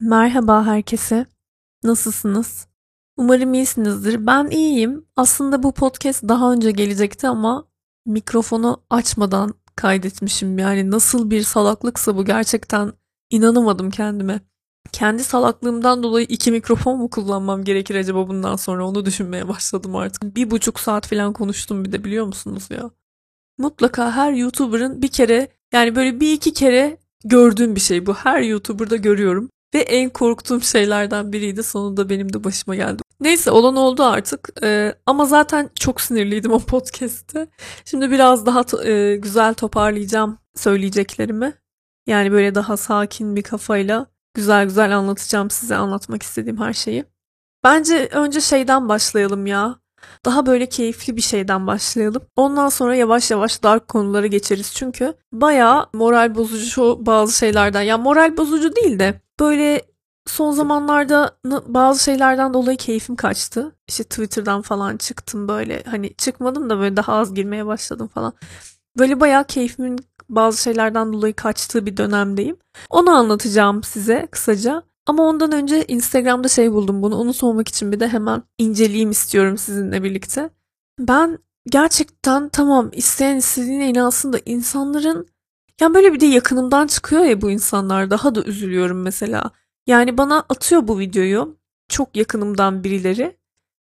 Merhaba herkese. Nasılsınız? Umarım iyisinizdir. Ben iyiyim. Aslında bu podcast daha önce gelecekti ama mikrofonu açmadan kaydetmişim. Yani nasıl bir salaklıksa bu gerçekten inanamadım kendime. Kendi salaklığımdan dolayı iki mikrofon mu kullanmam gerekir acaba bundan sonra onu düşünmeye başladım artık. 1,5 saat falan konuştum bir de biliyor musunuz ya? Mutlaka her YouTuber'ın bir kere yani böyle bir iki kere gördüğüm bir şey bu. Her YouTuber'da görüyorum. Ve en korktuğum şeylerden biriydi. Sonunda benim de başıma geldi. Neyse olan oldu artık. Ama zaten çok sinirliydim o podcast'te. Şimdi biraz daha güzel toparlayacağım söyleyeceklerimi. Yani böyle daha sakin bir kafayla güzel güzel anlatacağım size anlatmak istediğim her şeyi. Bence önce şeyden başlayalım ya. Daha böyle keyifli bir şeyden başlayalım. Ondan sonra yavaş yavaş dark konulara geçeriz. Çünkü bayağı moral bozucu bazı şeylerden. Ya moral bozucu değil de böyle son zamanlarda bazı şeylerden dolayı keyfim kaçtı. İşte Twitter'dan falan çıktım böyle. Hani çıkmadım da böyle daha az girmeye başladım falan. Böyle bayağı keyfimin bazı şeylerden dolayı kaçtığı bir dönemdeyim. Onu anlatacağım size kısaca. Ama ondan önce Instagram'da şey buldum bunu unutmamak için bir de hemen inceleyeyim istiyorum sizinle birlikte. Ben gerçekten tamam isteyen istediğine inansın da insanların ya böyle bir de yakınımdan çıkıyor ya bu insanlar daha da üzülüyorum mesela. Yani bana atıyor bu videoyu çok yakınımdan birileri.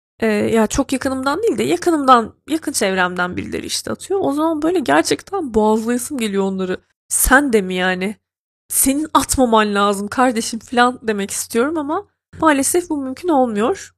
Ya çok yakınımdan değil de yakınımdan yakın çevremden birileri işte atıyor. O zaman böyle gerçekten boğazlayasım geliyor onları. Sen de mi yani? Senin atmaman lazım kardeşim falan demek istiyorum ama maalesef bu mümkün olmuyor.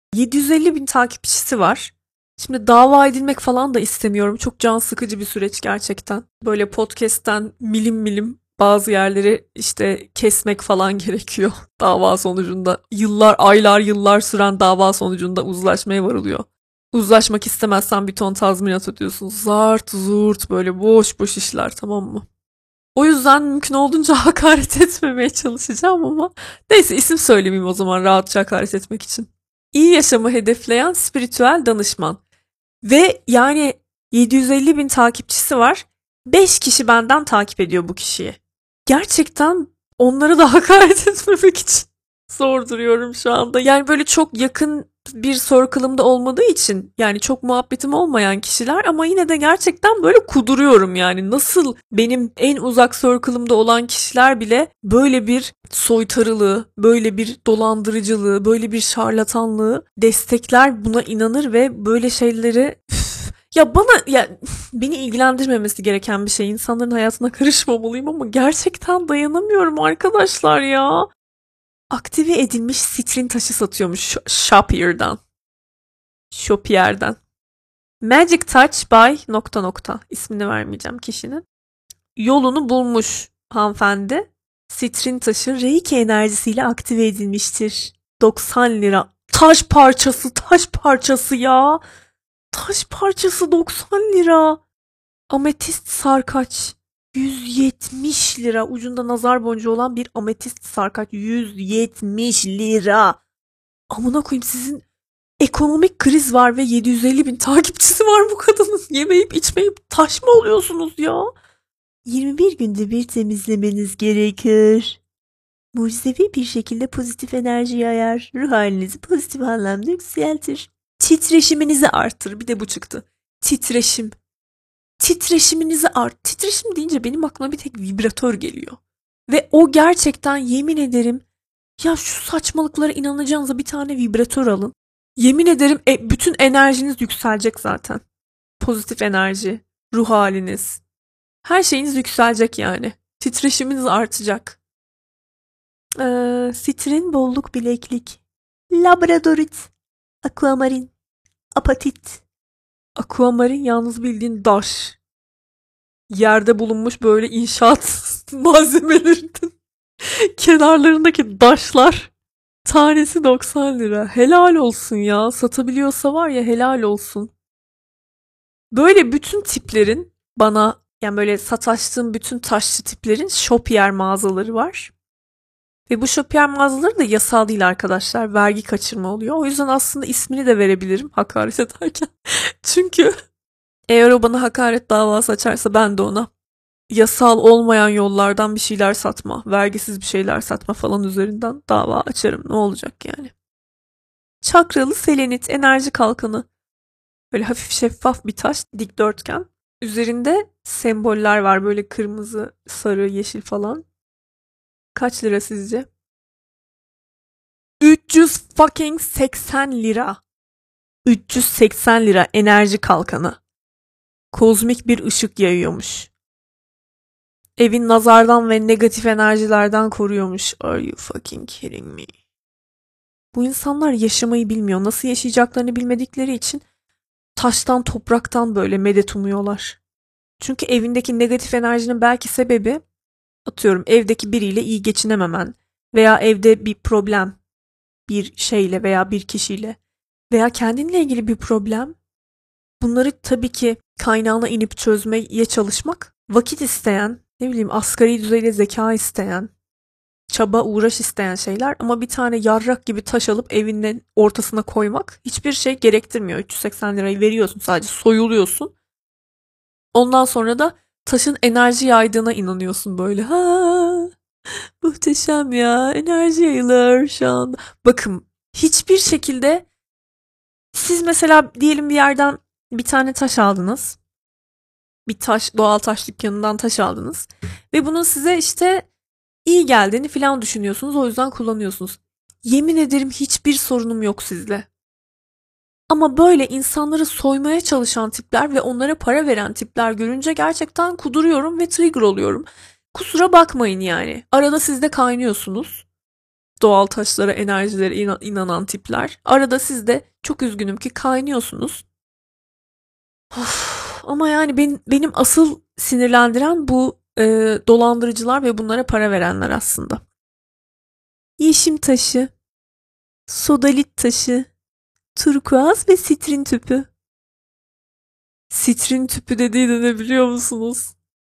750 bin takipçisi var. Şimdi dava edilmek falan da istemiyorum. Çok can sıkıcı bir süreç gerçekten. Böyle podcast'ten milim milim bazı yerleri işte kesmek falan gerekiyor. Dava sonucunda yıllar, aylar, yıllar süren dava sonucunda uzlaşmaya varılıyor. Uzlaşmak istemezsen bir ton tazminat ödüyorsun. Zart zurt böyle boş boş işler tamam mı? O yüzden mümkün olduğunca hakaret etmemeye çalışacağım ama neyse isim söylemeyeyim o zaman rahatça hakaret etmek için. İyi yaşamı hedefleyen spiritüel danışman. Ve yani 750 bin takipçisi var. 5 kişi benden takip ediyor bu kişiyi. Gerçekten onları da hakaret etmemek için zor duruyorum şu anda. Yani böyle çok yakın bir circle'ımda olmadığı için yani çok muhabbetim olmayan kişiler ama yine de gerçekten böyle kuduruyorum yani. Nasıl benim en uzak circle'ımda olan kişiler bile böyle bir soytarılığı, böyle bir dolandırıcılığı, böyle bir şarlatanlığı destekler, buna inanır ve böyle şeyleri ya bana ya beni ilgilendirmemesi gereken bir şey. İnsanların hayatına karışmamalıyım ama gerçekten dayanamıyorum arkadaşlar ya. Aktive edilmiş sitrin taşı satıyormuş Shopier'dan. Shopier'den. Magic Touch by nokta nokta ismini vermeyeceğim kişinin. Yolunu bulmuş hanımefendi. Sitrin taşı Reiki enerjisiyle aktive edilmiştir. 90 lira. Taş parçası ya. Taş parçası 90 lira. Ametist sarkaç 170 lira. Ucunda nazar boncuğu olan bir ametist sarkaç 170 lira. Amına koyayım sizin ekonomik kriz var ve 750 bin takipçisi var bu kadının. Yemeyip içmeyip taş mı oluyorsunuz ya? 21 günde bir temizlemeniz gerekir. Mucizevi bir şekilde pozitif enerji yayar. Ruh halinizi pozitif anlamda yükseltir. Titreşiminizi arttırır. Bir de bu çıktı. Titreşim. Titreşiminizi art. Titreşim deyince benim aklıma bir tek vibratör geliyor. Ve o gerçekten yemin ederim ya şu saçmalıklara inanacağınıza bir tane vibratör alın. Yemin ederim bütün enerjiniz yükselecek zaten. Pozitif enerji, ruh haliniz. Her şeyiniz yükselecek yani. Titreşiminiz artacak. Sitrin bolluk bileklik. Labradorit. Aquamarin. Apatit. Aquamarin yalnız bildiğin daş. Yerde bulunmuş böyle inşaat malzemelerinin kenarlarındaki daşlar tanesi 90 lira. Helal olsun ya. Satabiliyorsa var ya helal olsun. Böyle bütün tiplerin bana yani böyle sataştığım bütün taşçı tiplerin Shopier mağazaları var. Ve bu Shopier mağazaları da yasal değil arkadaşlar. Vergi kaçırma oluyor. O yüzden aslında ismini de verebilirim hakaret ederken. Çünkü eğer o bana hakaret davası açarsa ben de ona yasal olmayan yollardan bir şeyler satma, vergisiz bir şeyler satma falan üzerinden dava açarım. Ne olacak yani? Çakralı selenit enerji kalkanı. Böyle hafif şeffaf bir taş, dikdörtgen. Üzerinde semboller var böyle kırmızı, sarı, yeşil falan. Kaç lira sizce? 380 lira. 380 lira enerji kalkanı. Kozmik bir ışık yayıyormuş. Evin nazardan ve negatif enerjilerden koruyormuş. Are you fucking kidding me? Bu insanlar yaşamayı bilmiyor. Nasıl yaşayacaklarını bilmedikleri için taştan, topraktan böyle medet umuyorlar. Çünkü evindeki negatif enerjinin belki sebebi, atıyorum, evdeki biriyle iyi geçinememen veya evde bir problem, bir şeyle veya bir kişiyle veya kendinle ilgili bir problem. Bunları tabii ki kaynağına inip çözmeye çalışmak vakit isteyen, ne bileyim, asgari düzeyde zeka isteyen, çaba, uğraş isteyen şeyler, ama bir tane yarrak gibi taş alıp evinin ortasına koymak hiçbir şey gerektirmiyor. 380 lirayı veriyorsun, sadece soyuluyorsun. Ondan sonra da taşın enerji yaydığına inanıyorsun böyle. Ha, muhteşem ya, enerji yayılır şu anda. Bakın, hiçbir şekilde siz mesela diyelim bir yerden bir tane taş aldınız. Bir taş, doğal taş dükkanından taş aldınız. Ve bunun size işte iyi geldiğini falan düşünüyorsunuz. O yüzden kullanıyorsunuz. Yemin ederim hiçbir sorunum yok sizle. Ama böyle insanları soymaya çalışan tipler ve onlara para veren tipler görünce gerçekten kuduruyorum ve trigger oluyorum. Kusura bakmayın yani. Arada siz de kaynıyorsunuz. Doğal taşlara, enerjilere inanan tipler. Arada siz de, çok üzgünüm ki, kaynıyorsunuz. Of, ama yani benim asıl sinirlendiren bu dolandırıcılar ve bunlara para verenler aslında. Yeşim taşı, sodalit taşı, turkuaz ve sitrin tüpü. Sitrin tüpü dediği de ne biliyor musunuz?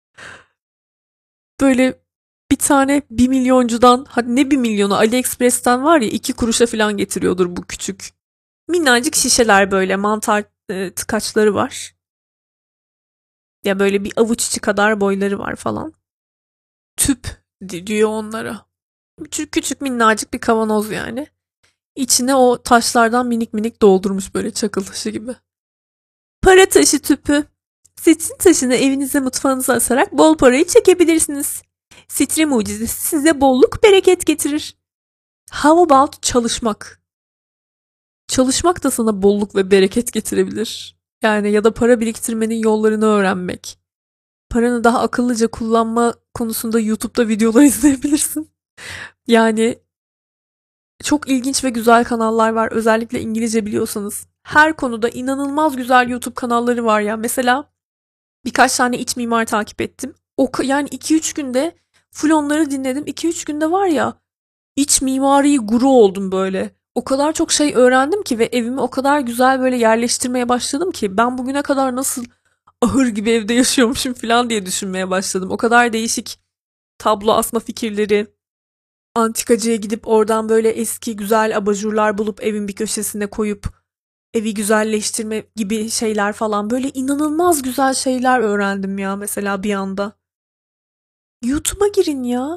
Böyle bir tane 1 milyoncudan, hadi ne 1 milyonu, AliExpress'ten var ya, 2 kuruşa falan getiriyordur bu küçük. Minnacık şişeler, böyle mantar tıkaçları var. Ya böyle bir avuç içi kadar boyları var falan. Tüp diyor onlara. Küçük küçük minnacık bir kavanoz yani. İçine o taşlardan minik minik doldurmuş, böyle çakıl taşı gibi. Para taşı tüpü. Sitrin taşını evinize, mutfağınıza asarak bol parayı çekebilirsiniz. Sitrin mucizesi size bolluk, bereket getirir. How about çalışmak? Çalışmak da sana bolluk ve bereket getirebilir. Yani ya da para biriktirmenin yollarını öğrenmek. Paranı daha akıllıca kullanma konusunda YouTube'da videolar izleyebilirsin. Yani çok ilginç ve güzel kanallar var. Özellikle İngilizce biliyorsanız. Her konuda inanılmaz güzel YouTube kanalları var ya. Mesela birkaç tane iç mimar takip ettim. Yani 2-3 günde full onları dinledim. 2-3 günde var ya, iç mimari guru oldum böyle. O kadar çok şey öğrendim ki ve evimi o kadar güzel böyle yerleştirmeye başladım ki ben bugüne kadar nasıl ahır gibi evde yaşıyormuşum falan diye düşünmeye başladım. O kadar değişik tablo asma fikirleri, antikacıya gidip oradan böyle eski güzel abajurlar bulup evin bir köşesine koyup evi güzelleştirme gibi şeyler falan, böyle inanılmaz güzel şeyler öğrendim ya mesela bir anda. YouTube'a girin ya.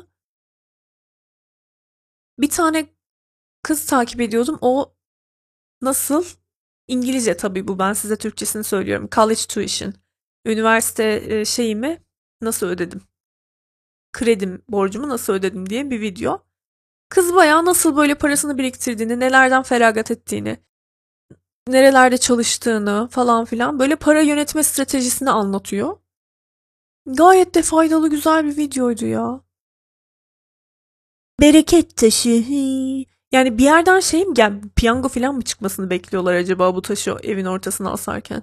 Bir tane kız takip ediyordum. O nasıl? İngilizce tabii bu. Ben size Türkçesini söylüyorum. College tuition. Üniversite şeyimi nasıl ödedim? Kredim borcumu nasıl ödedim diye bir video. Kız bayağı nasıl böyle parasını biriktirdiğini, nelerden feragat ettiğini, nerelerde çalıştığını falan filan, böyle para yönetme stratejisini anlatıyor. Gayet de faydalı, güzel bir videoydu ya. Bereket taşı. Yani bir yerden şey mi gel, piyango falan mı çıkmasını bekliyorlar acaba bu taşı evin ortasına asarken?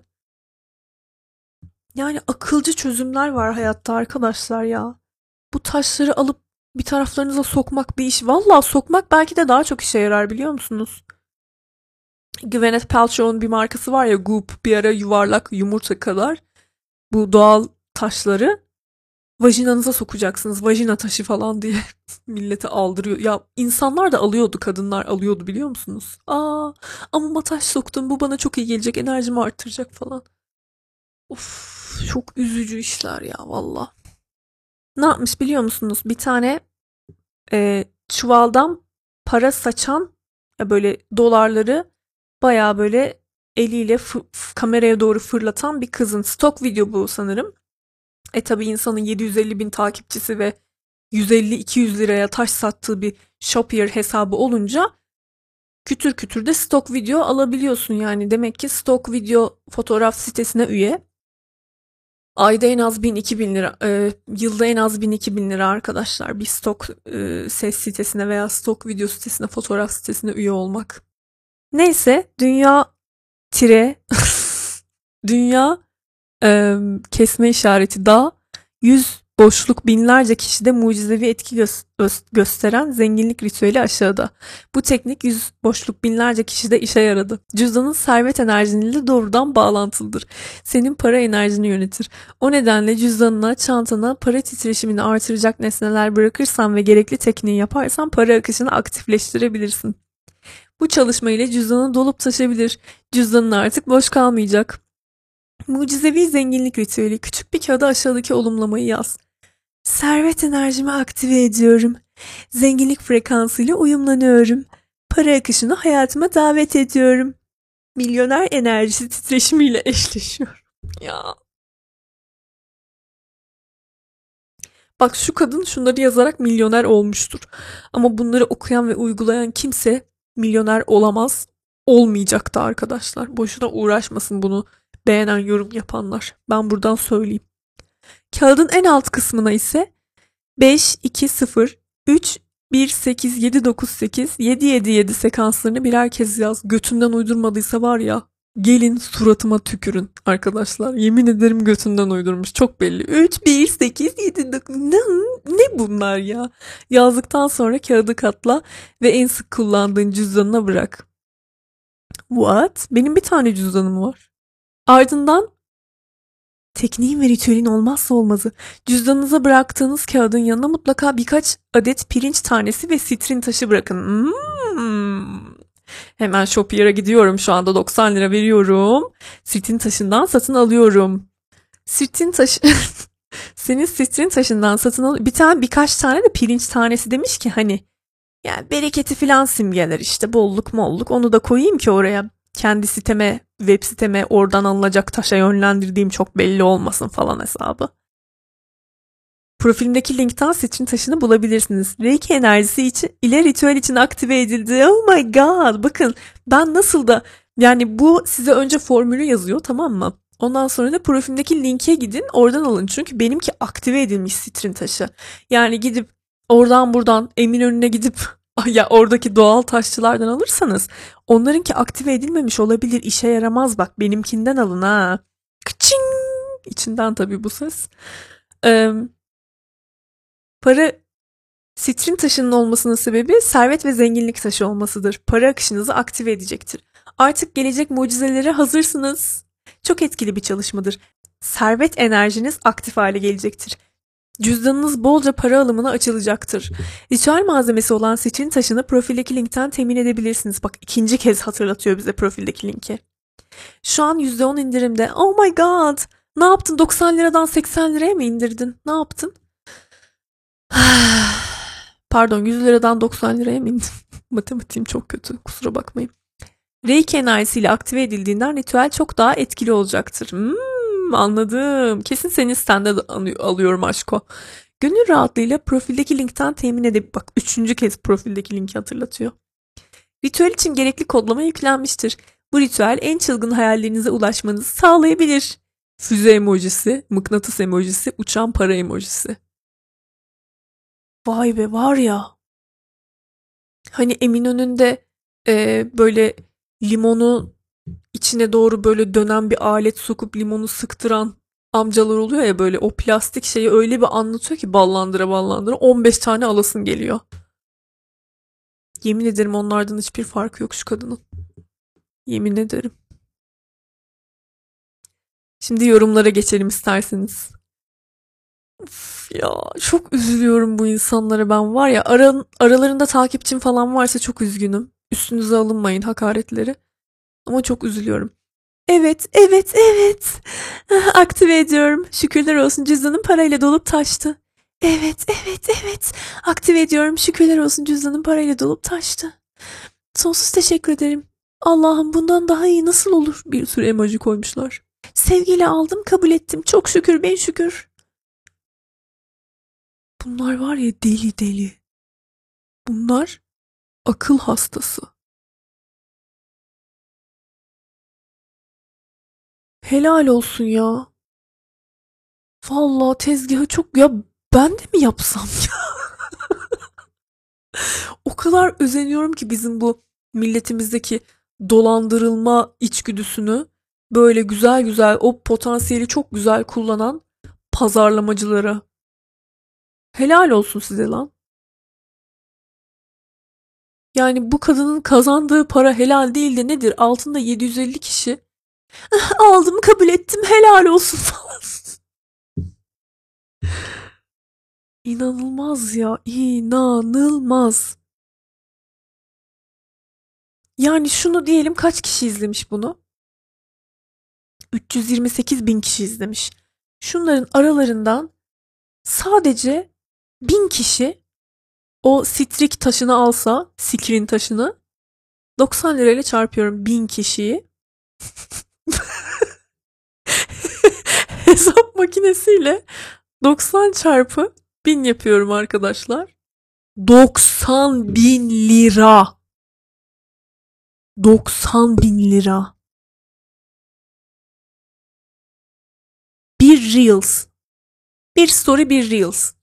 Yani akılcı çözümler var hayatta arkadaşlar ya. Bu taşları alıp bir taraflarınıza sokmak bir iş. Vallahi sokmak belki de daha çok işe yarar, biliyor musunuz? Gwyneth Paltrow'un bir markası var ya, Goop, bir ara yuvarlak yumurta kadar. Bu doğal taşları vajinanıza sokacaksınız. Vajina taşı falan diye millete aldırıyor. Ya insanlar da alıyordu, kadınlar alıyordu, biliyor musunuz? Ama taş soktum, bu bana çok iyi gelecek, enerjimi arttıracak falan. Of, çok üzücü işler ya valla. Ne yapmış biliyor musunuz? Bir tane çuvaldan para saçan böyle dolarları bayağı böyle eliyle kameraya doğru fırlatan bir kızın stok video bu sanırım. Tabii insanın 750 bin takipçisi ve 150-200 liraya taş sattığı bir Shopier hesabı olunca kütür kütür de stok video alabiliyorsun yani. Demek ki stok video fotoğraf sitesine üye. Ayda en az 1000-2000 lira, yılda en az 1000-2000 lira arkadaşlar bir stok ses sitesine veya stok video sitesine, fotoğraf sitesine üye olmak. Neyse, tire dünya kesme işareti dağ 100 boşluk binlerce kişide mucizevi etki gösteren zenginlik ritüeli aşağıda. Bu teknik 100 boşluk binlerce kişide işe yaradı. Cüzdanın servet enerjinle doğrudan bağlantılıdır. Senin para enerjini yönetir. O nedenle cüzdanına, çantana para titreşimini artıracak nesneler bırakırsan ve gerekli tekniği yaparsan para akışını aktifleştirebilirsin. Bu çalışma ile cüzdanın dolup taşabilir. Cüzdanın artık boş kalmayacak. Mucizevi zenginlik ritüeli. Küçük bir kağıda aşağıdaki olumlamayı yaz. Servet enerjimi aktive ediyorum. Zenginlik frekansıyla uyumlanıyorum. Para akışını hayatıma davet ediyorum. Milyoner enerjisi titreşimiyle eşleşiyor. Ya. Bak şu kadın şunları yazarak milyoner olmuştur. Ama bunları okuyan ve uygulayan kimse milyoner olamaz. Olmayacak da arkadaşlar. Boşuna uğraşmasın bunu beğenen yorum yapanlar. Ben buradan söyleyeyim. Kağıdın en alt kısmına ise 5, 2, 0, 3, 1, 8, 7, 9, 8, 7, 7, 7 sekanslarını birer kez yaz. Götünden uydurmadıysa var ya, gelin suratıma tükürün arkadaşlar. Yemin ederim götünden uydurmuş. Çok belli. 3, 1, 8, 7, 9. Ne bunlar ya? Yazdıktan sonra kağıdı katla ve en sık kullandığın cüzdanına bırak. What? Benim bir tane cüzdanım var. Ardından tekniğin ve ritüelin olmazsa olmazı. Cüzdanınıza bıraktığınız kağıdın yanına mutlaka birkaç adet pirinç tanesi ve sitrin taşı bırakın. Hemen Shopier'a gidiyorum. Şu anda 90 lira veriyorum. Sitrin taşından satın alıyorum. Sitrin taşı... Senin sitrin taşından satın al... birkaç tane de pirinç tanesi demiş ki hani yani bereketi filan simgeler işte bolluk molluk onu da koyayım ki oraya. Kendi siteme, web siteme oradan alınacak taşa yönlendirdiğim çok belli olmasın falan hesabı. Profilimdeki linkten sitrin taşını bulabilirsiniz. Reiki enerjisi ile ritüel için aktive edildi. Oh my god. Bakın ben nasıl da yani bu size önce formülü yazıyor, tamam mı? Ondan sonra da profilimdeki linke gidin oradan alın. Çünkü benimki aktive edilmiş sitrin taşı. Yani gidip oradan buradan Eminönü'ne gidip ya oradaki doğal taşçılardan alırsanız onlarınki aktive edilmemiş olabilir. İşe yaramaz bak. Benimkinden alın ha. Kıçing! İçinden tabii bu ses. Para sitrin taşının olmasının sebebi servet ve zenginlik taşı olmasıdır. Para akışınızı aktive edecektir. Artık gelecek mucizelere hazırsınız. Çok etkili bir çalışmadır. Servet enerjiniz aktif hale gelecektir. Cüzdanınız bolca para alımına açılacaktır. Ritüel malzemesi olan sitrin taşını profildeki linkten temin edebilirsiniz. Bak ikinci kez hatırlatıyor bize profildeki linki. Şu an %10 indirimde. Oh my god! Ne yaptın? 90 liradan 80 liraya mı indirdin? Ne yaptın? Pardon 100 liradan 90 liraya mı indim? Matematiğim çok kötü, kusura bakmayın. Reiki enerjisiyle aktive edildiğinden ritüel çok daha etkili olacaktır. Anladım. Kesin senin sitende alıyorum aşko. Gönül rahatlığıyla profildeki linkten temin edip bak 3. kez profildeki linki hatırlatıyor. Ritüel için gerekli kodlama yüklenmiştir. Bu ritüel en çılgın hayallerinize ulaşmanızı sağlayabilir. Füze emojisi, mıknatıs emojisi, uçan para emojisi. Vay be var ya. Hani Eminönü'nde böyle limonu içine doğru böyle dönen bir alet sokup limonu sıktıran amcalar oluyor ya, böyle o plastik şeyi öyle bir anlatıyor ki ballandıra ballandıra 15 tane alasın geliyor. Yemin ederim onlardan hiçbir farkı yok şu kadının. Yemin ederim. Şimdi yorumlara geçelim isterseniz. Of ya çok üzülüyorum bu insanlara ben var ya aralarında takipçim falan varsa çok üzgünüm. Üstünüze alınmayın hakaretleri. Ama çok üzülüyorum. Evet, evet, evet. Aktive ediyorum. Şükürler olsun cüzdanım parayla dolup taştı. Evet, evet, evet. Aktive ediyorum. Şükürler olsun cüzdanım parayla dolup taştı. Sonsuz teşekkür ederim. Allah'ım bundan daha iyi nasıl olur? Bir sürü emoji koymuşlar. Sevgiyle aldım, kabul ettim. Çok şükür, bin şükür. Bunlar var ya deli deli. Bunlar akıl hastası. Helal olsun ya. Vallahi tezgahı çok ya ben de mi yapsam ya? O kadar özeniyorum ki bizim bu milletimizdeki dolandırılma içgüdüsünü böyle güzel güzel o potansiyeli çok güzel kullanan pazarlamacılara. Helal olsun size lan. Yani bu kadının kazandığı para helal değil de nedir? Altında 750 kişi. Aldım kabul ettim helal olsun falan. İnanılmaz ya, inanılmaz. Yani şunu diyelim kaç kişi izlemiş bunu? 328 bin kişi izlemiş. Şunların aralarından sadece 1000 kişi o strik taşını alsa, skrin taşını 90 lirayla çarpıyorum 1000 kişiyi. Hesap makinesiyle 90 çarpı 1000 yapıyorum arkadaşlar. 90 bin lira. 90 bin lira. Bir Reels. Bir story bir Reels.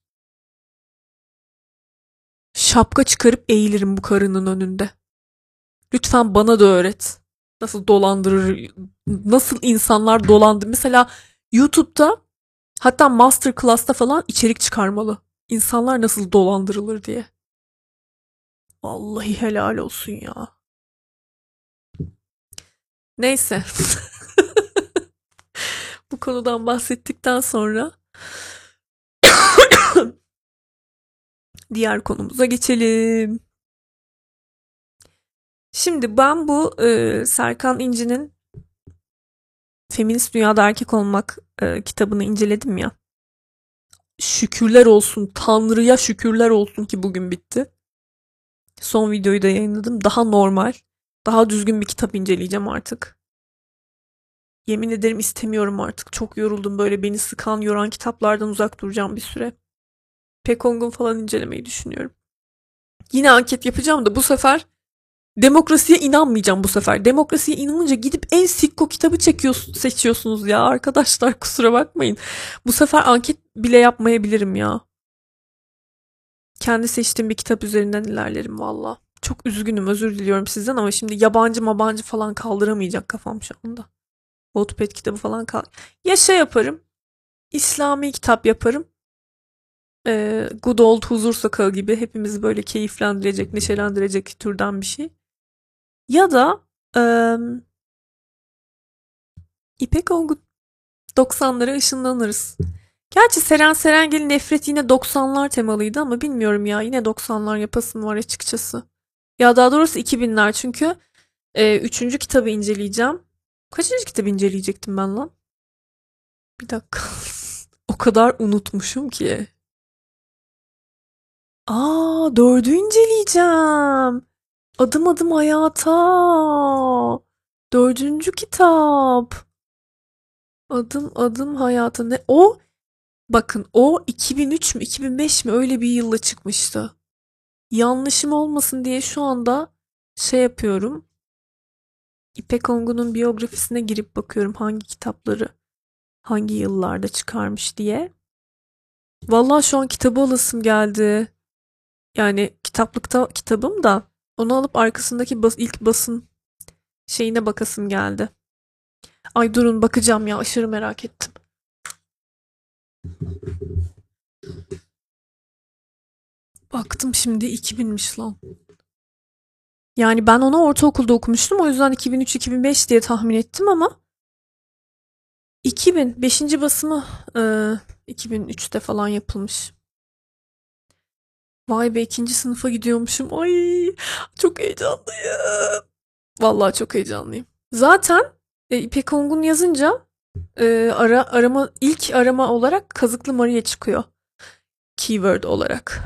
Şapka çıkarıp eğilirim bu karının önünde. Lütfen bana da öğret. Nasıl dolandırır, nasıl insanlar dolandırır. Mesela YouTube'da hatta Masterclass'ta falan içerik çıkarmalı. İnsanlar nasıl dolandırılır diye. Vallahi helal olsun ya. Neyse. Bu konudan bahsettikten sonra diğer konumuza geçelim. Şimdi ben bu Serkan İnci'nin Feminist Dünyada Erkek Olmak kitabını inceledim ya. Şükürler olsun, Tanrı'ya şükürler olsun ki bugün bitti. Son videoyu da yayınladım. Daha normal, daha düzgün bir kitap inceleyeceğim artık. Yemin ederim istemiyorum artık. Çok yoruldum böyle beni sıkan, yoran kitaplardan uzak duracağım bir süre. Pekong'un falan incelemeyi düşünüyorum. Yine anket yapacağım da bu sefer demokrasiye inanmayacağım bu sefer. Demokrasiye inanınca gidip en sikko kitabı seçiyorsunuz ya arkadaşlar kusura bakmayın. Bu sefer anket bile yapmayabilirim ya. Kendi seçtiğim bir kitap üzerinden ilerlerim valla. Çok üzgünüm özür diliyorum sizden ama şimdi yabancı falan kaldıramayacak kafam şu anda. Wattpad kitabı falan kal. Ya şey yaparım. İslami kitap yaparım. Good Old Huzur Sakağı gibi hepimizi böyle keyiflendirecek, neşelendirecek türden bir şey. Ya da İpek Olgun 90'lara ışınlanırız. Gerçi Seren Serengil'in nefret yine 90'lar temalıydı ama bilmiyorum ya yine 90'lar yapasım var açıkçası. Ya daha doğrusu 2000'ler çünkü üçüncü kitabı inceleyeceğim. Kaçıncı kitabı inceleyecektim ben lan? Bir dakika. O kadar unutmuşum ki. Dördü inceleyeceğim. Adım adım hayata. Dördüncü kitap. Adım adım hayata. Ne? Bakın o 2003 mü 2005 mi öyle bir yılla çıkmıştı. Yanlışım olmasın diye şu anda şey yapıyorum. İpek Ongun'un biyografisine girip bakıyorum hangi kitapları hangi yıllarda çıkarmış diye. Vallahi şu an kitabı alasım geldi. Yani kitaplıkta kitabım da onu alıp arkasındaki ilk basın şeyine bakasım geldi. Ay durun bakacağım ya aşırı merak ettim. Baktım şimdi 2000'miş lan. Yani ben onu ortaokulda okumuştum o yüzden 2003-2005 diye tahmin ettim ama 2000 5. basımı 2003'te falan yapılmış. Vay be ikinci sınıfa gidiyormuşum. Ay çok heyecanlıyım. Vallahi çok heyecanlıyım. Zaten İpek Ongun yazınca ilk arama olarak Kazıklı Maria çıkıyor. keyword olarak.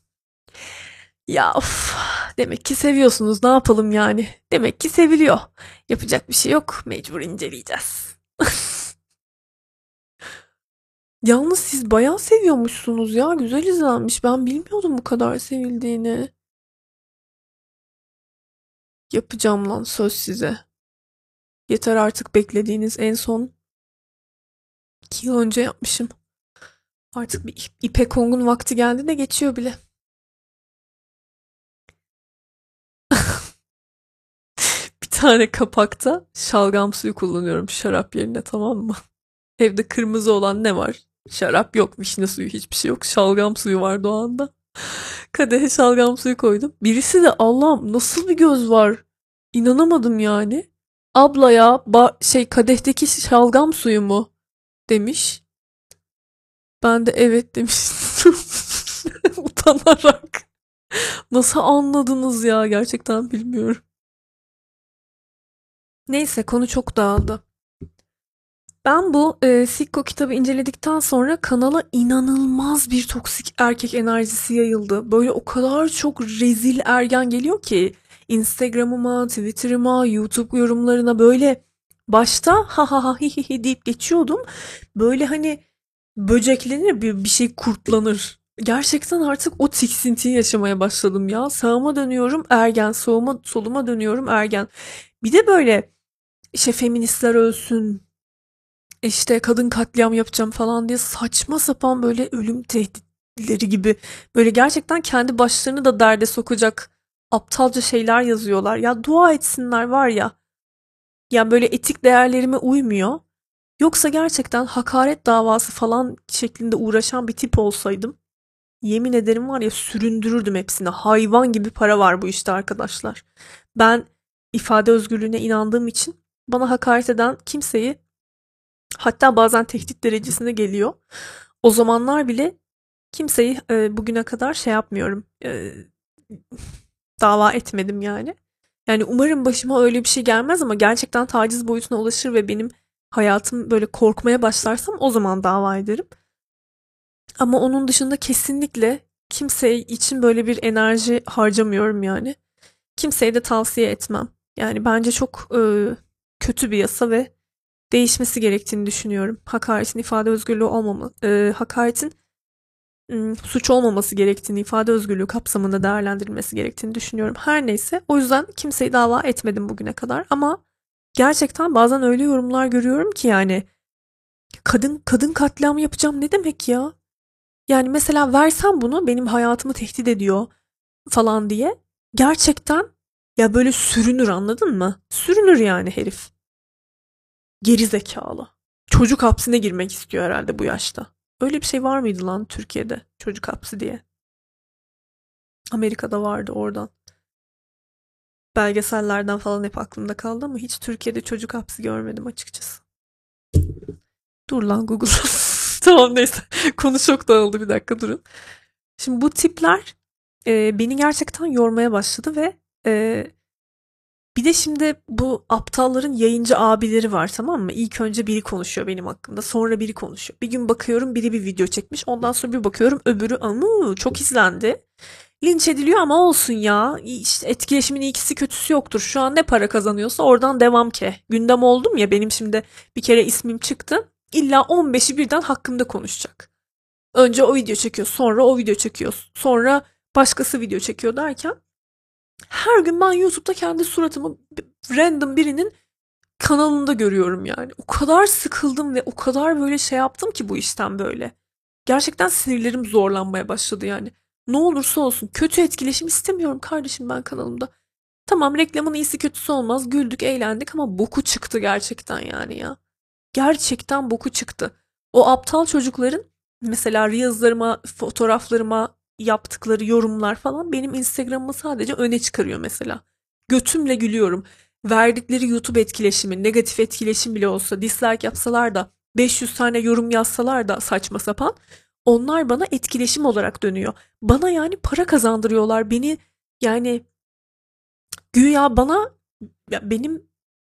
Ya of, demek ki seviyorsunuz, ne yapalım yani. Demek ki seviliyor. Yapacak bir şey yok, mecbur inceleyeceğiz. Yalnız siz bayağı seviyormuşsunuz ya. Güzel izlenmiş. Ben bilmiyordum bu kadar sevildiğini. Yapacağım lan, söz size. Yeter artık beklediğiniz, en son 2 yıl önce yapmışım. Artık bir İpek Ong'un vakti geldi de geçiyor bile. Bir tane kapakta şalgam suyu kullanıyorum şarap yerine, tamam mı? Evde kırmızı olan ne var? Şarap yok, vişne suyu, hiçbir şey yok. Şalgam suyu vardı o anda. Kadehe şalgam suyu koydum. Birisi de Allah'ım nasıl bir göz var. İnanamadım yani. Abla ya kadehteki şalgam suyu mu? Demiş. Ben de evet demiştim. Utanarak. Nasıl anladınız ya, gerçekten bilmiyorum. Neyse, konu çok dağıldı. Ben bu Sikko kitabı inceledikten sonra kanala inanılmaz bir toksik erkek enerjisi yayıldı. Böyle o kadar çok rezil ergen geliyor ki Instagram'ıma, Twitter'ıma, YouTube yorumlarına, böyle başta ha ha ha hi hi hi deyip geçiyordum. Böyle hani böceklenir, bir şey kurtlanır. Gerçekten artık o tiksintiyi yaşamaya başladım ya. Sağıma dönüyorum ergen, soluma dönüyorum ergen. Bir de böyle işte feministler ölsün, işte kadın katliam yapacağım falan diye saçma sapan böyle ölüm tehditleri gibi, böyle gerçekten kendi başlarını da derde sokacak aptalca şeyler yazıyorlar. Ya dua etsinler var ya. Ya böyle etik değerlerime uymuyor. Yoksa gerçekten hakaret davası falan şeklinde uğraşan bir tip olsaydım, yemin ederim var ya, süründürürdüm hepsini. Hayvan gibi para var bu işte arkadaşlar. Ben ifade özgürlüğüne inandığım için bana hakaret eden kimseyi, hatta bazen tehdit derecesine geliyor, o zamanlar bile kimseyi bugüne kadar şey yapmıyorum. Dava etmedim yani. Yani umarım başıma öyle bir şey gelmez, ama gerçekten taciz boyutuna ulaşır ve benim hayatım böyle korkmaya başlarsam o zaman dava ederim. Ama onun dışında kesinlikle kimse için böyle bir enerji harcamıyorum yani. Kimseye de tavsiye etmem. Yani bence çok kötü bir yasa ve değişmesi gerektiğini düşünüyorum. Hakaretin ifade özgürlüğü hakaretin suç olmaması gerektiğini, ifade özgürlüğü kapsamında değerlendirilmesi gerektiğini düşünüyorum. Her neyse, o yüzden kimseyi dava etmedim bugüne kadar, ama gerçekten bazen öyle yorumlar görüyorum ki yani kadın katliamı yapacağım ne demek ya? Yani mesela versem bunu, benim hayatımı tehdit ediyor falan diye, gerçekten ya böyle sürünür, anladın mı? Sürünür yani herif. Geri zekalı. Çocuk hapsine girmek istiyor herhalde bu yaşta. Öyle bir şey var mıydı lan Türkiye'de, çocuk hapsi diye? Amerika'da vardı, oradan. Belgesellerden falan hep aklımda kaldı ama hiç Türkiye'de çocuk hapsi görmedim açıkçası. Dur lan Google. Tamam neyse. Konu çok dağıldı, bir dakika durun. Şimdi bu tipler beni gerçekten yormaya başladı ve e, bir de şimdi bu aptalların yayıncı abileri var, tamam mı? İlk önce biri konuşuyor benim hakkımda, sonra biri konuşuyor. Bir gün bakıyorum biri bir video çekmiş, ondan sonra bir bakıyorum öbürü çok izlendi. Linç ediliyor ama olsun ya. İşte etkileşimin iyisi kötüsü yoktur. Şu an ne para kazanıyorsa oradan devam ki. Gündem oldum ya, benim şimdi bir kere ismim çıktı. İlla 15'i birden hakkımda konuşacak. Önce o video çekiyor, sonra o video çekiyor, sonra başkası video çekiyor derken her gün ben YouTube'da kendi suratımı random birinin kanalında görüyorum yani. O kadar sıkıldım ve o kadar böyle şey yaptım ki bu işten böyle. Gerçekten sinirlerim zorlanmaya başladı yani. Ne olursa olsun kötü etkileşim istemiyorum kardeşim ben kanalımda. Tamam, reklamın iyisi kötüsü olmaz. Güldük, eğlendik ama boku çıktı gerçekten yani ya. Gerçekten boku çıktı. O aptal çocukların mesela Reels'larıma, fotoğraflarıma yaptıkları yorumlar falan benim Instagram'ımı sadece öne çıkarıyor mesela. Götümle gülüyorum. Verdikleri YouTube etkileşimi, negatif etkileşim bile olsa, dislike yapsalar da, 500 tane yorum yazsalar da saçma sapan, onlar bana etkileşim olarak dönüyor. Bana yani para kazandırıyorlar. Beni yani güya bana, ya benim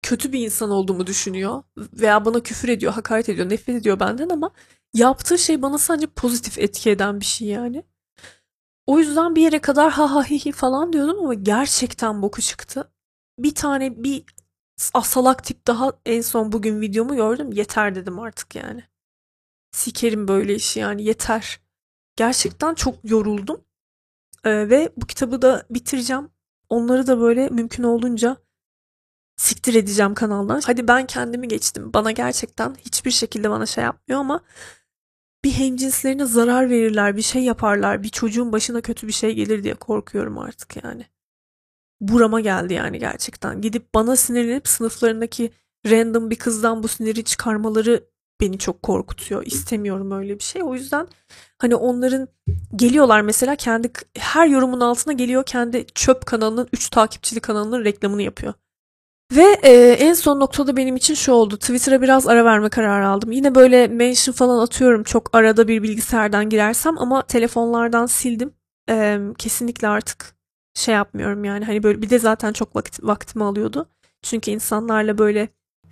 kötü bir insan olduğumu düşünüyor veya bana küfür ediyor, hakaret ediyor, nefret ediyor benden ama yaptığı şey bana sadece pozitif etki eden bir şey yani. O yüzden bir yere kadar ha ha hi hi falan diyordum ama gerçekten boku çıktı. Bir asalak tip daha en son bugün videomu gördüm. Yeter dedim artık yani. Sikerim böyle işi yani yeter. Gerçekten çok yoruldum. Ve bu kitabı da bitireceğim. Onları da böyle mümkün olduğunca siktir edeceğim kanaldan. Hadi ben kendimi geçtim. Bana gerçekten hiçbir şekilde bana şey yapmıyor ama bir hemcinslerine zarar verirler, bir şey yaparlar, bir çocuğun başına kötü bir şey gelir diye korkuyorum artık yani. Burama geldi yani gerçekten. Gidip bana sinirlenip sınıflarındaki random bir kızdan bu siniri çıkarmaları beni çok korkutuyor. İstemiyorum öyle bir şey. O yüzden hani onların geliyorlar mesela her yorumun altına geliyor kendi çöp kanalının 3 takipçili kanalının reklamını yapıyor. Ve en son noktada benim için şu oldu. Twitter'a biraz ara verme kararı aldım. Yine böyle mention falan atıyorum çok arada bir bilgisayardan girersem ama telefonlardan sildim. Kesinlikle artık şey yapmıyorum yani. Hani böyle bir de zaten çok vaktimi alıyordu. Çünkü insanlarla böyle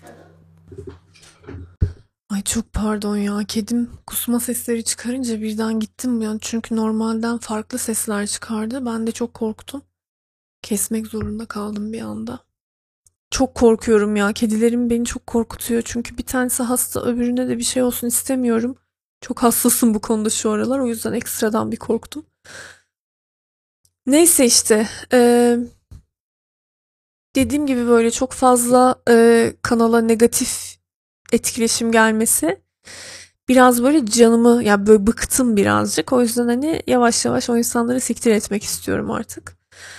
ay çok pardon ya kedim kusma sesleri çıkarınca birden gittim yani çünkü normalden farklı sesler çıkardı. Ben de çok korktum. Kesmek zorunda kaldım bir anda. Çok korkuyorum ya. Kedilerim beni çok korkutuyor. Çünkü bir tanesi hasta, öbürüne de bir şey olsun istemiyorum. Çok hassasım bu konuda şu aralar. O yüzden ekstradan bir korktum. Neyse işte. Dediğim gibi böyle çok fazla kanala negatif etkileşim gelmesi biraz böyle canımı ya böyle bıktım birazcık. O yüzden hani yavaş yavaş o insanları siktir etmek istiyorum artık.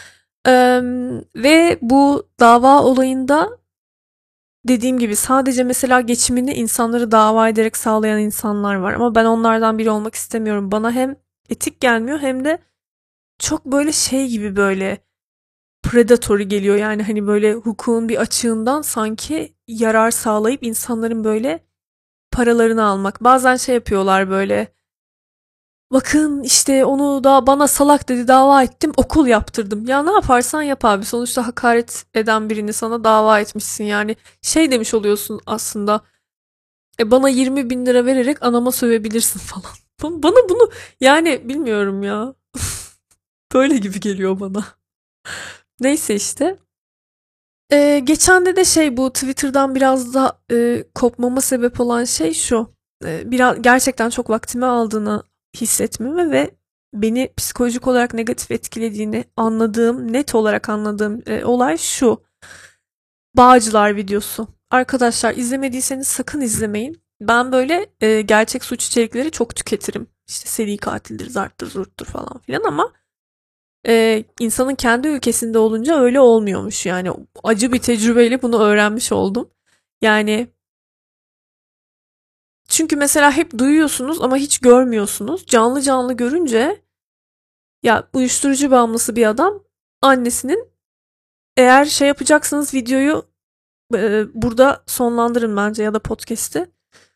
Ve bu dava olayında dediğim gibi sadece mesela geçimini insanları dava ederek sağlayan insanlar var. Ama ben onlardan biri olmak istemiyorum. Bana hem etik gelmiyor hem de çok böyle şey gibi böyle predatory geliyor. Yani hani böyle hukukun bir açığından sanki yarar sağlayıp insanların böyle paralarını almak. Bazen şey yapıyorlar böyle. Bakın işte onu da bana salak dedi dava ettim okul yaptırdım. Ya ne yaparsan yap abi sonuçta hakaret eden birini sana dava etmişsin yani şey demiş oluyorsun aslında bana 20 bin lira vererek anama sövebilirsin falan. Bana bunu yani bilmiyorum ya böyle gibi geliyor bana. Neyse işte. Geçen de şey bu Twitter'dan biraz da kopmama sebep olan şey şu. Biraz gerçekten çok vaktimi aldığını hissetmemi ve beni psikolojik olarak negatif etkilediğini anladığım, net olarak anladığım olay şu. Bağcılar videosu. Arkadaşlar izlemediyseniz sakın izlemeyin. Ben böyle gerçek suç içerikleri çok tüketirim. İşte seri katildir, zarttır, zurttur falan filan ama insanın kendi ülkesinde olunca öyle olmuyormuş. Yani acı bir tecrübeyle bunu öğrenmiş oldum. Yani çünkü mesela hep duyuyorsunuz ama hiç görmüyorsunuz. Canlı canlı görünce ya uyuşturucu bağımlısı bir adam annesinin eğer şey yapacaksanız videoyu burada sonlandırın bence ya da podcast'i.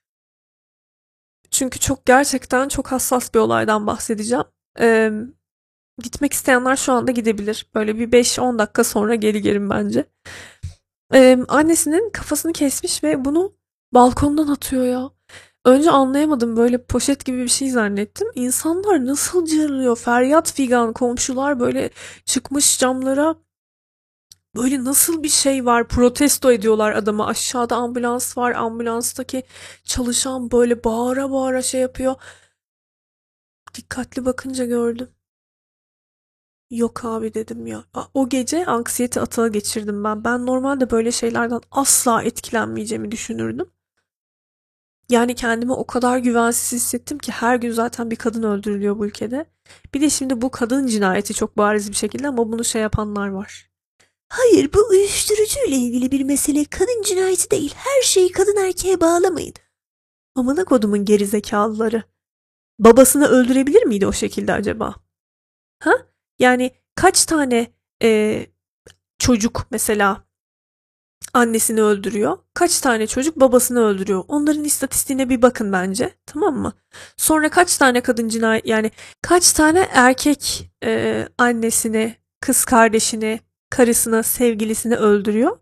Çünkü çok gerçekten çok hassas bir olaydan bahsedeceğim. Eee, Gitmek isteyenler şu anda gidebilir. Böyle bir 5-10 dakika sonra geri gelin bence. Annesinin kafasını kesmiş ve bunu balkondan atıyor ya. Önce anlayamadım böyle poşet gibi bir şey zannettim. İnsanlar nasıl cırlıyor feryat figan komşular böyle çıkmış camlara böyle nasıl bir şey var protesto ediyorlar adamı aşağıda ambulans var ambulanstaki çalışan böyle bağıra bağıra şey yapıyor. Dikkatli bakınca gördüm. Yok abi dedim ya. O gece anksiyete atağı geçirdim ben. Ben normalde böyle şeylerden asla etkilenmeyeceğimi düşünürdüm. Yani kendimi o kadar güvensiz hissettim ki her gün zaten bir kadın öldürülüyor bu ülkede. Bir de şimdi bu kadın cinayeti çok bariz bir şekilde ama bunu şey yapanlar var. Hayır bu uyuşturucu ile ilgili bir mesele kadın cinayeti değil. Her şeyi kadın erkeğe bağlamayın. Amına kodumun gerizekalıları. Babasını öldürebilir miydi o şekilde acaba? Ha? Yani kaç tane çocuk mesela annesini öldürüyor. Kaç tane çocuk babasını öldürüyor. Onların istatistiğine bir bakın bence. Tamam mı? Sonra kaç tane kadın cinayet yani kaç tane erkek annesini, kız kardeşini, karısını, sevgilisini öldürüyor.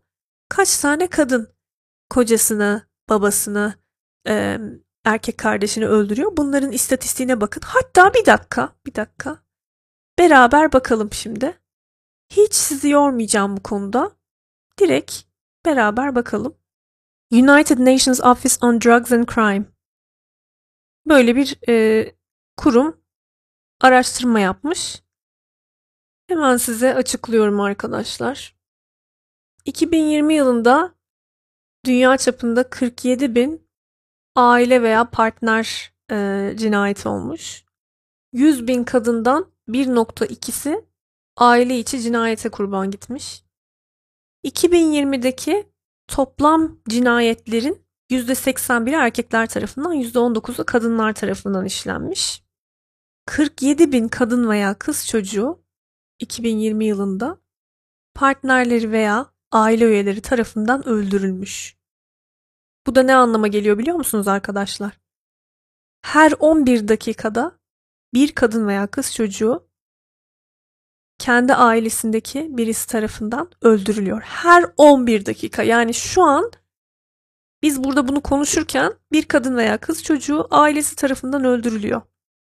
Kaç tane kadın kocasını, babasını, erkek kardeşini öldürüyor? Bunların istatistiğine bakın. Hatta bir dakika. Beraber bakalım şimdi. Hiç sizi yormayacağım bu konuda. Direkt beraber bakalım. United Nations Office on Drugs and Crime. Böyle bir kurum araştırma yapmış. Hemen size açıklıyorum arkadaşlar. 2020 yılında dünya çapında 47 bin aile veya partner cinayeti olmuş. 100 bin kadından 1,2'si aile içi cinayete kurban gitmiş. 2020'deki toplam cinayetlerin %81'i erkekler tarafından, %19'u kadınlar tarafından işlenmiş. 47 bin kadın veya kız çocuğu 2020 yılında partnerleri veya aile üyeleri tarafından öldürülmüş. Bu da ne anlama geliyor biliyor musunuz arkadaşlar? Her 11 dakikada bir kadın veya kız çocuğu kendi ailesindeki birisi tarafından öldürülüyor. Her 11 dakika. Yani şu an biz burada bunu konuşurken bir kadın veya kız çocuğu ailesi tarafından öldürülüyor.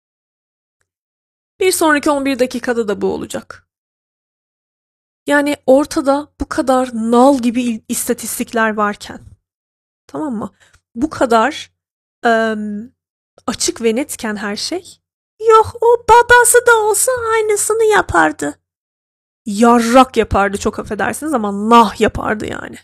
Bir sonraki 11 dakikada da bu olacak. Yani ortada bu kadar nal gibi istatistikler varken, tamam mı? Bu kadar açık ve netken her şey. Yok, o babası da olsa aynısını yapardı. Yarrak yapardı, çok affedersiniz ama nah yapardı yani.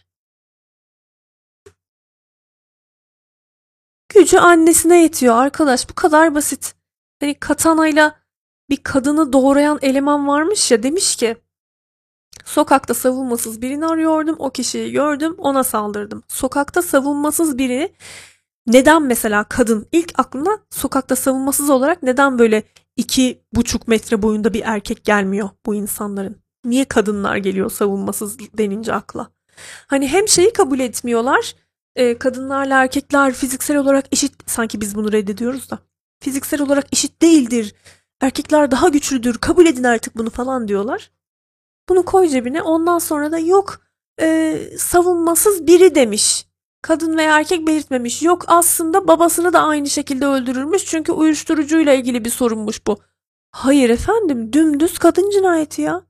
Gücü annesine yetiyor arkadaş, bu kadar basit. Hani katanayla bir kadını doğrayan eleman varmış ya, demiş ki sokakta savunmasız birini arıyordum, o kişiyi gördüm, ona saldırdım. Sokakta savunmasız biri neden mesela kadın? İlk aklına sokakta savunmasız olarak neden böyle 2,5 metre boyunda bir erkek gelmiyor bu insanların? Niye kadınlar geliyor savunmasız denince akla? Hani hem şeyi kabul etmiyorlar, kadınlarla erkekler fiziksel olarak eşit, sanki biz bunu reddediyoruz da. Fiziksel olarak eşit değildir, erkekler daha güçlüdür, kabul edin artık bunu falan diyorlar. Bunu koy cebine, ondan sonra da yok savunmasız biri demiş. Kadın veya erkek belirtmemiş. Yok, aslında babasını da aynı şekilde öldürürmüş çünkü uyuşturucuyla ilgili bir sorunmuş bu. Hayır efendim, dümdüz kadın cinayeti ya.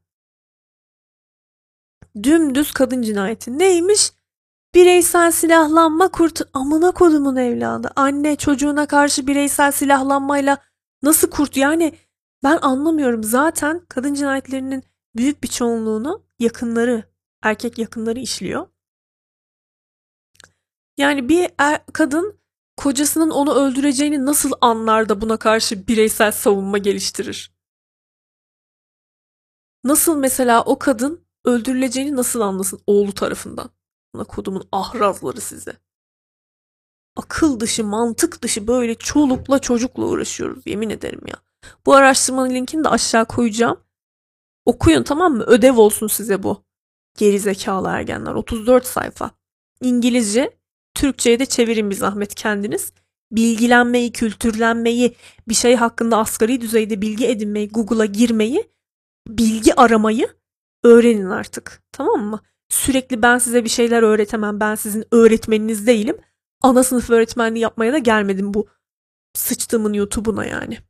Dümdüz kadın cinayeti. Neymiş? Bireysel silahlanma amına kodumun evladı. Anne çocuğuna karşı bireysel silahlanmayla nasıl kurt? Yani ben anlamıyorum. Zaten kadın cinayetlerinin büyük bir çoğunluğunu yakınları, erkek yakınları işliyor. Yani bir kadın kocasının onu öldüreceğini nasıl anlar da buna karşı bireysel savunma geliştirir? Nasıl mesela o kadın öldürüleceğini nasıl anlasın oğlu tarafından? Buna kodumun ahrazları size. Akıl dışı, mantık dışı böyle çolukla çocukla uğraşıyoruz, yemin ederim ya. Bu araştırmanın linkini de aşağı koyacağım. Okuyun, tamam mı? Ödev olsun size bu. Gerizekalı ergenler. 34 sayfa. İngilizce, Türkçe'ye de çevirin bir zahmet kendiniz. Bilgilenmeyi, kültürlenmeyi, bir şey hakkında asgari düzeyde bilgi edinmeyi, Google'a girmeyi, bilgi aramayı öğrenin artık. Tamam mı? Sürekli ben size bir şeyler öğretemem, ben sizin öğretmeniniz değilim. Ana sınıf öğretmenliği yapmaya da gelmedim bu sıçtığımın YouTube'una yani.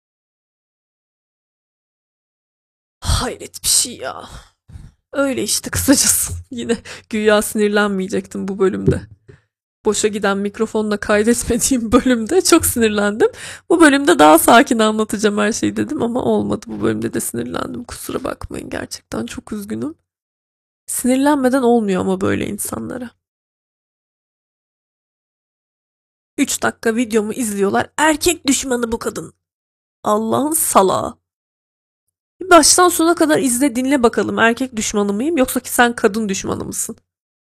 Hayret bir şey ya. Öyle işte kısacası. Yine güya sinirlenmeyecektim bu bölümde. Boşa giden mikrofonla kaydetmediğim bölümde çok sinirlendim. Bu bölümde daha sakin anlatacağım her şeyi dedim ama olmadı. Bu bölümde de sinirlendim. Kusura bakmayın, gerçekten çok üzgünüm. Sinirlenmeden olmuyor ama böyle insanlara. 3 dakika videomu izliyorlar. Erkek düşmanı bu kadın. Allah'ın salağı. Baştan sona kadar izle, dinle bakalım, erkek düşmanı mıyım yoksa ki sen kadın düşmanı mısın?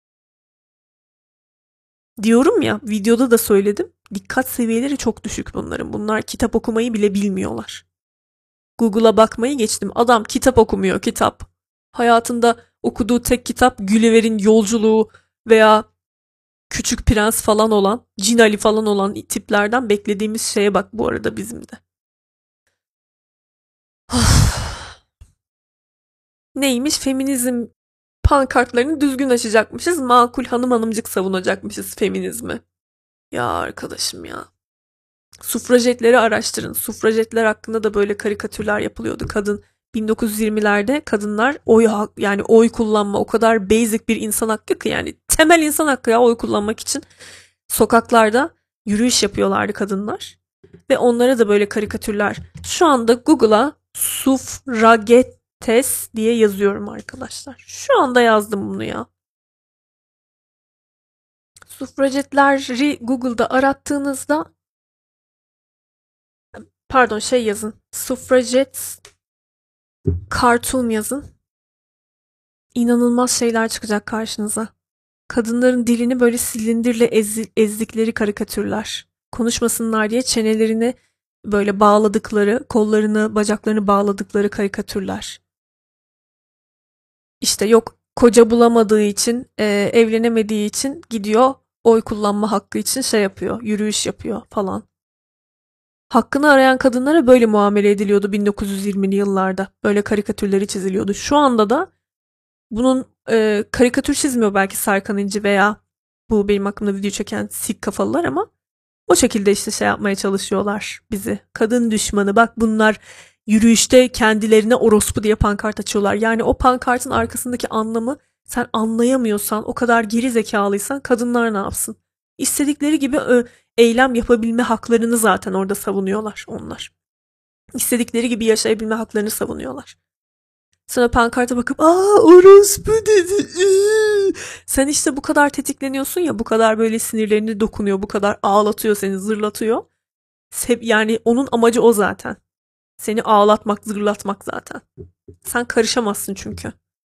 Diyorum ya, videoda da söyledim. Dikkat seviyeleri çok düşük bunların. Bunlar kitap okumayı bile bilmiyorlar. Google'a bakmayı geçtim. Adam kitap okumuyor, kitap. Hayatında okuduğu tek kitap Gulliver'in Yolculuğu veya Küçük Prens falan olan, Cin Ali falan olan tiplerden beklediğimiz şeye bak bu arada bizim de. Neymiş? Feminizm Pankartlarını düzgün açacakmışız. Makul hanım hanımcık savunacakmışız feminizmi. Ya arkadaşım ya. Sufrajetleri araştırın. Sufrajetler hakkında da böyle karikatürler yapılıyordu. 1920'lerde kadınlar yani oy kullanma o kadar basic bir insan hakkı ki, yani temel insan hakkı ya, oy kullanmak için sokaklarda yürüyüş yapıyorlardı kadınlar. Ve onlara da böyle karikatürler. Şu anda Google'a sufragettes diye yazıyorum arkadaşlar. Şu anda yazdım bunu ya. Sufrajetleri Google'da arattığınızda, pardon, yazın. Suffragettes cartoon yazın. İnanılmaz şeyler çıkacak karşınıza. Kadınların dilini böyle silindirle ezdikleri karikatürler. Konuşmasınlar diye çenelerini böyle bağladıkları, kollarını, bacaklarını bağladıkları karikatürler. İşte yok, koca bulamadığı için, evlenemediği için gidiyor, oy kullanma hakkı için yapıyor, yürüyüş yapıyor falan. Hakkını arayan kadınlara böyle muamele ediliyordu 1920'li yıllarda. Böyle karikatürleri çiziliyordu. Şu anda da bunun karikatür çizmiyor belki Serkan İnci veya bu benim hakkımda video çeken sik kafalılar, ama o şekilde işte yapmaya çalışıyorlar bizi. Kadın düşmanı, bak bunlar yürüyüşte kendilerine orospu diye pankart açıyorlar. Yani o pankartın arkasındaki anlamı sen anlayamıyorsan, o kadar geri zekalıysan kadınlar ne yapsın? İstedikleri gibi eylem yapabilme haklarını zaten orada savunuyorlar onlar. İstedikleri gibi yaşayabilme haklarını savunuyorlar. Sonra pankarta bakıp orospu dedi. Sen işte bu kadar tetikleniyorsun ya, bu kadar böyle sinirlerini dokunuyor, bu kadar ağlatıyor seni, zırlatıyor. Yani onun amacı o zaten. Seni ağlatmak, zırlatmak zaten. Sen karışamazsın çünkü.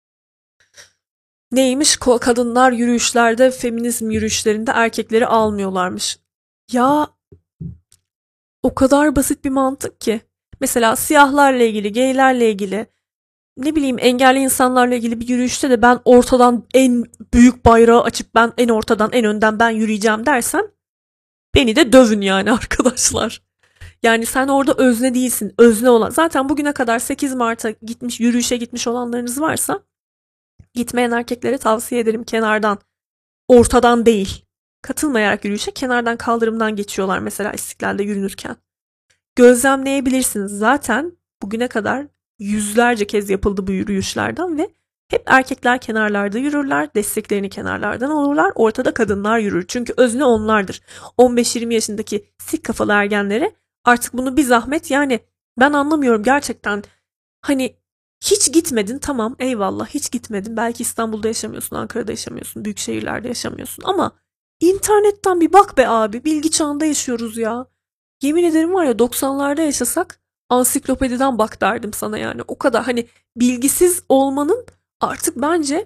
Neymiş? Kadınlar yürüyüşlerde, feminizm yürüyüşlerinde erkekleri almıyorlarmış. Ya o kadar basit bir mantık ki. Mesela siyahlarla ilgili, gaylerle ilgili, ne bileyim engelli insanlarla ilgili bir yürüyüşte de ben ortadan en büyük bayrağı açıp ben en ortadan, en önden ben yürüyeceğim dersem beni de dövün yani arkadaşlar. Yani sen orada özne değilsin. Özne olan. Zaten bugüne kadar 8 Mart'a gitmiş, yürüyüşe gitmiş olanlarınız varsa gitmeyen erkeklere tavsiye ederim kenardan. Ortadan değil. Katılmayarak yürüyüşe kenardan, kaldırımdan geçiyorlar mesela İstiklal'de yürünürken. Gözlemleyebilirsiniz. Zaten bugüne kadar yüzlerce kez yapıldı bu yürüyüşlerden ve hep erkekler kenarlarda yürürler, desteklerini kenarlardan alırlar, ortada kadınlar yürür. Çünkü özne onlardır. 15-20 yaşındaki sik kafalı ergenlere artık bunu bir zahmet, yani ben anlamıyorum gerçekten. Hani hiç gitmedin, tamam eyvallah, hiç gitmedin. Belki İstanbul'da yaşamıyorsun, Ankara'da yaşamıyorsun, büyük şehirlerde yaşamıyorsun ama internetten bir bak be abi, bilgi çağında yaşıyoruz ya. Yemin ederim var ya, 90'larda yaşasak ansiklopediden bak derdim sana yani. O kadar hani bilgisiz olmanın artık bence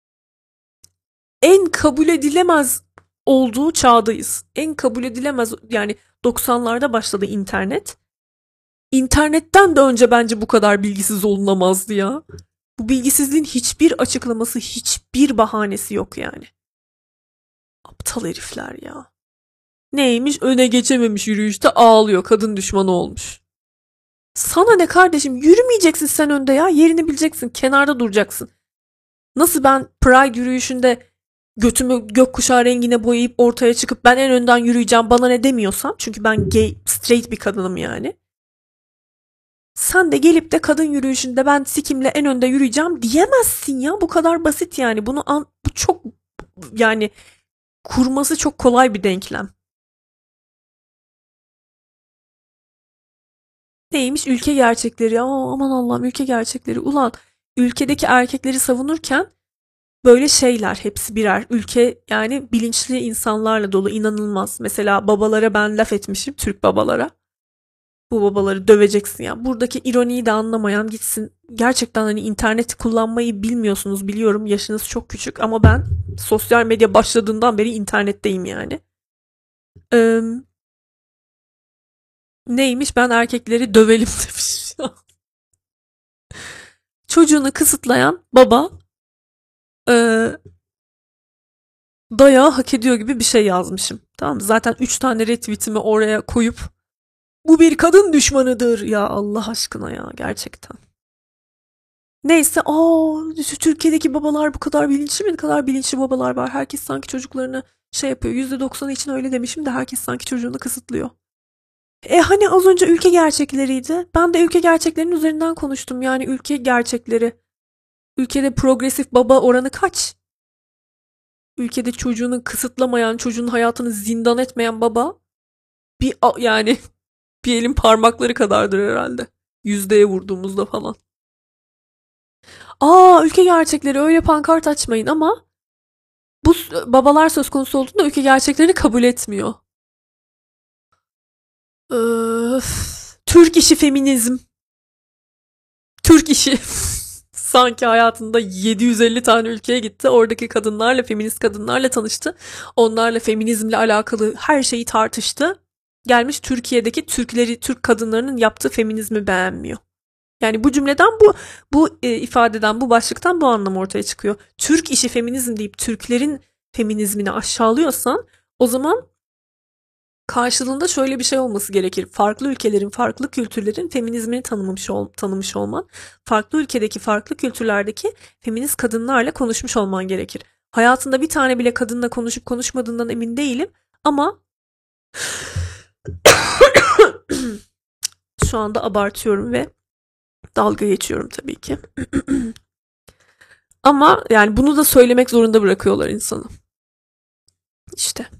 en kabul edilemez olduğu çağdayız. En kabul edilemez, yani 90'larda başladı internet. İnternetten de önce bence bu kadar bilgisiz olunamazdı ya. Bu bilgisizliğin hiçbir açıklaması, hiçbir bahanesi yok yani. Aptal herifler ya. Neymiş? Öne geçememiş yürüyüşte, ağlıyor, kadın düşmanı olmuş. Sana ne kardeşim? Yürümeyeceksin sen önde ya. Yerini bileceksin. Kenarda duracaksın. Nasıl ben Pride yürüyüşünde götümü gökkuşağı rengine boyayıp ortaya çıkıp ben en önden yürüyeceğim, bana ne demiyorsam, çünkü ben gay, straight bir kadınım yani. Sen de gelip de kadın yürüyüşünde ben sikimle en önde yürüyeceğim diyemezsin ya. Bu kadar basit yani. Bu çok, yani kurması çok kolay bir denklem. Neymiş? Ülke gerçekleri. Aman Allah'ım, ülke gerçekleri. Ulan ülkedeki erkekleri savunurken böyle şeyler hepsi birer. Ülke yani bilinçli insanlarla dolu, inanılmaz. Mesela babalara ben laf etmişim, Türk babalara. Bu babaları döveceksin ya. Buradaki ironiyi de anlamayan gitsin. Gerçekten hani internet kullanmayı bilmiyorsunuz, biliyorum. Yaşınız çok küçük ama ben sosyal medya başladığından beri internetteyim yani. Ee, Neymiş? Ben erkekleri dövelim demiş. Çocuğunu kısıtlayan baba e, dayağı hak ediyor gibi bir şey yazmışım. Tamam mı? Zaten 3 tane retweetimi oraya koyup bu bir kadın düşmanıdır ya, Allah aşkına ya, gerçekten. Neyse, Türkiye'deki babalar bu kadar bilinçli mi? Ne kadar bilinçli babalar var. Herkes sanki çocuklarını şey yapıyor. %90'ı için öyle demişim de herkes sanki çocuğunu kısıtlıyor. Hani az önce ülke gerçekleriydi. Ben de ülke gerçeklerinin üzerinden konuştum. Yani ülke gerçekleri. Ülkede progresif baba oranı kaç? Ülkede çocuğunu kısıtlamayan, çocuğun hayatını zindan etmeyen baba yani bir elin parmakları kadardır herhalde. Yüzdeye vurduğumuzda falan. Ülke gerçekleri, öyle pankart açmayın ama bu babalar söz konusu olduğunda ülke gerçeklerini kabul etmiyor. Türk işi feminizm. Türk işi. Sanki hayatında 750 tane ülkeye gitti. Oradaki kadınlarla, feminist kadınlarla tanıştı. Onlarla feminizmle alakalı her şeyi tartıştı. Gelmiş Türkiye'deki Türk kadınlarının yaptığı feminizmi beğenmiyor. Yani bu cümleden bu ifadeden, bu başlıktan bu anlam ortaya çıkıyor. Türk işi feminizm deyip Türklerin feminizmini aşağılıyorsan, o zaman karşılığında şöyle bir şey olması gerekir. Farklı ülkelerin, farklı kültürlerin feminizmini tanımış olman, farklı ülkedeki, farklı kültürlerdeki feminist kadınlarla konuşmuş olman gerekir. Hayatında bir tane bile kadınla konuşup konuşmadığından emin değilim ama şu anda abartıyorum ve dalga geçiyorum tabii ki. Ama yani bunu da söylemek zorunda bırakıyorlar insanı. İşte.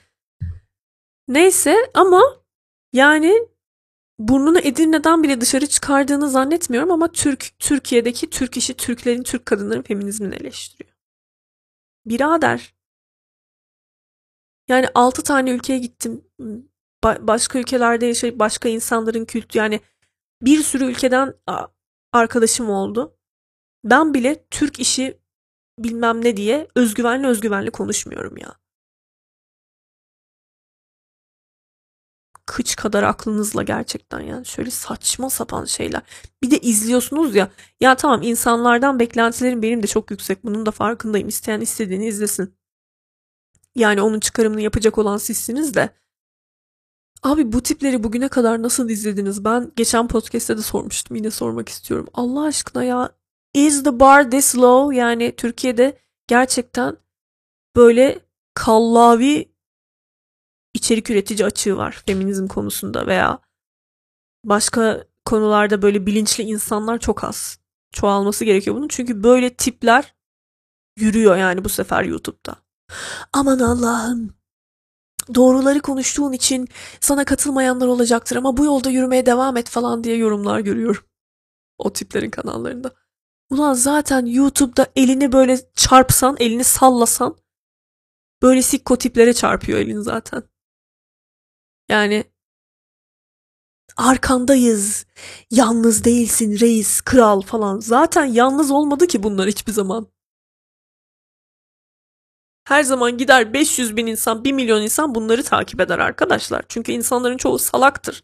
Neyse ama yani burnunu Edirne'den bile dışarı çıkardığını zannetmiyorum ama Türkiye'deki Türk işi, Türklerin, Türk kadınların feminizmini eleştiriyor. Birader. Yani 6 tane ülkeye gittim. Başka ülkelerde yaşayıp başka insanların kültürü, yani bir sürü ülkeden arkadaşım oldu. Ben bile Türk işi bilmem ne diye özgüvenli konuşmuyorum ya. Kıç kadar aklınızla gerçekten, yani şöyle saçma sapan şeyler. Bir de izliyorsunuz ya. Ya tamam, insanlardan beklentilerim benim de çok yüksek. Bunun da farkındayım. İsteyen istediğini izlesin. Yani onun çıkarımını yapacak olan sizsiniz de. Abi bu tipleri bugüne kadar nasıl izlediniz? Ben geçen podcast'te de sormuştum. Yine sormak istiyorum. Allah aşkına ya. Is the bar this low? Yani Türkiye'de gerçekten böyle kallavi içerik üretici açığı var feminizm konusunda veya başka konularda böyle bilinçli insanlar çok az. Çoğalması gerekiyor bunun. Çünkü böyle tipler yürüyor yani bu sefer YouTube'da. Aman Allah'ım. Doğruları konuştuğun için sana katılmayanlar olacaktır ama bu yolda yürümeye devam et falan diye yorumlar görüyorum. O tiplerin kanallarında. Ulan zaten YouTube'da elini böyle çarpsan, elini sallasan böyle sikko tiplere çarpıyor elin zaten. Yani arkandayız, yalnız değilsin reis, kral falan. Zaten yalnız olmadı ki bunlar hiçbir zaman. Her zaman gider 500 bin insan, 1 milyon insan bunları takip eder arkadaşlar. Çünkü insanların çoğu salaktır.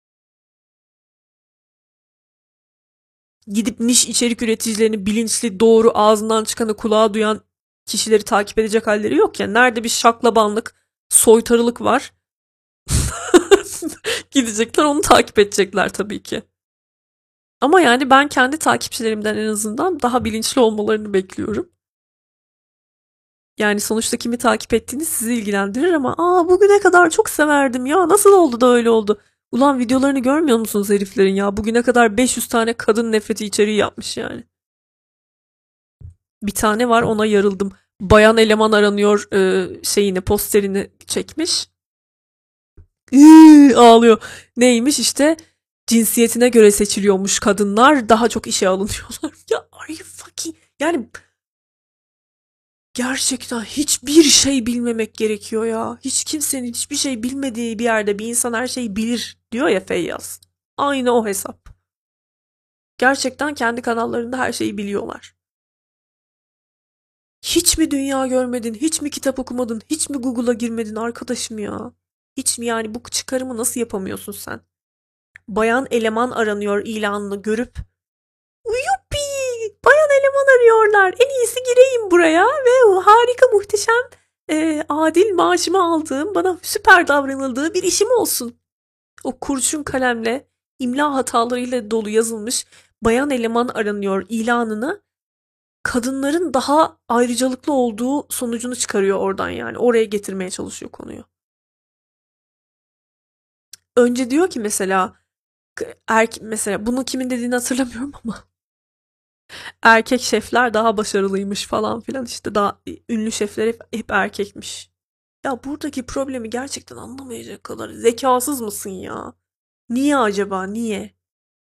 Gidip niş içerik üreticilerini, bilinçli, doğru, ağzından çıkanı kulağa duyan kişileri takip edecek halleri yok ya. Nerede bir şaklabanlık, soytarılık var. Gidecekler onu takip edecekler tabii ki. Ama yani ben kendi takipçilerimden en azından daha bilinçli olmalarını bekliyorum. Yani sonuçta kimi takip ettiğiniz sizi ilgilendirir ama bugüne kadar çok severdim ya, nasıl oldu da öyle oldu. Ulan videolarını görmüyor musunuz heriflerin ya? Bugüne kadar 500 tane kadın nefreti içeriği yapmış yani. Bir tane var, ona yarıldım. Bayan eleman aranıyor posterini çekmiş. Ağlıyor. Neymiş işte, cinsiyetine göre seçiliyormuş kadınlar, daha çok işe alınıyorlar. Ya are you fucking, yani gerçekten hiçbir şey bilmemek gerekiyor ya. Hiç kimsenin hiçbir şey bilmediği bir yerde bir insan her şeyi bilir diyor ya Feyyaz. Aynı o hesap. Gerçekten kendi kanallarında her şeyi biliyorlar. Hiç mi dünya görmedin? Hiç mi kitap okumadın? Hiç mi Google'a girmedin arkadaşım ya? Hiç mi, yani bu çıkarımı nasıl yapamıyorsun sen? Bayan eleman aranıyor ilanını görüp "Yuppi! Bayan eleman arıyorlar. En iyisi gireyim buraya ve harika, muhteşem, adil maaşımı aldığım, bana süper davranıldığı bir işim olsun." O kurşun kalemle, imla hatalarıyla dolu yazılmış bayan eleman aranıyor ilanını kadınların daha ayrıcalıklı olduğu sonucunu çıkarıyor oradan yani. Oraya getirmeye çalışıyor konuyu. Önce diyor ki mesela mesela bunu kimin dediğini hatırlamıyorum ama erkek şefler daha başarılıymış falan filan işte daha ünlü şefler hep erkekmiş. Ya buradaki problemi gerçekten anlamayacak kadar zekasız mısın ya? Niye acaba? Niye?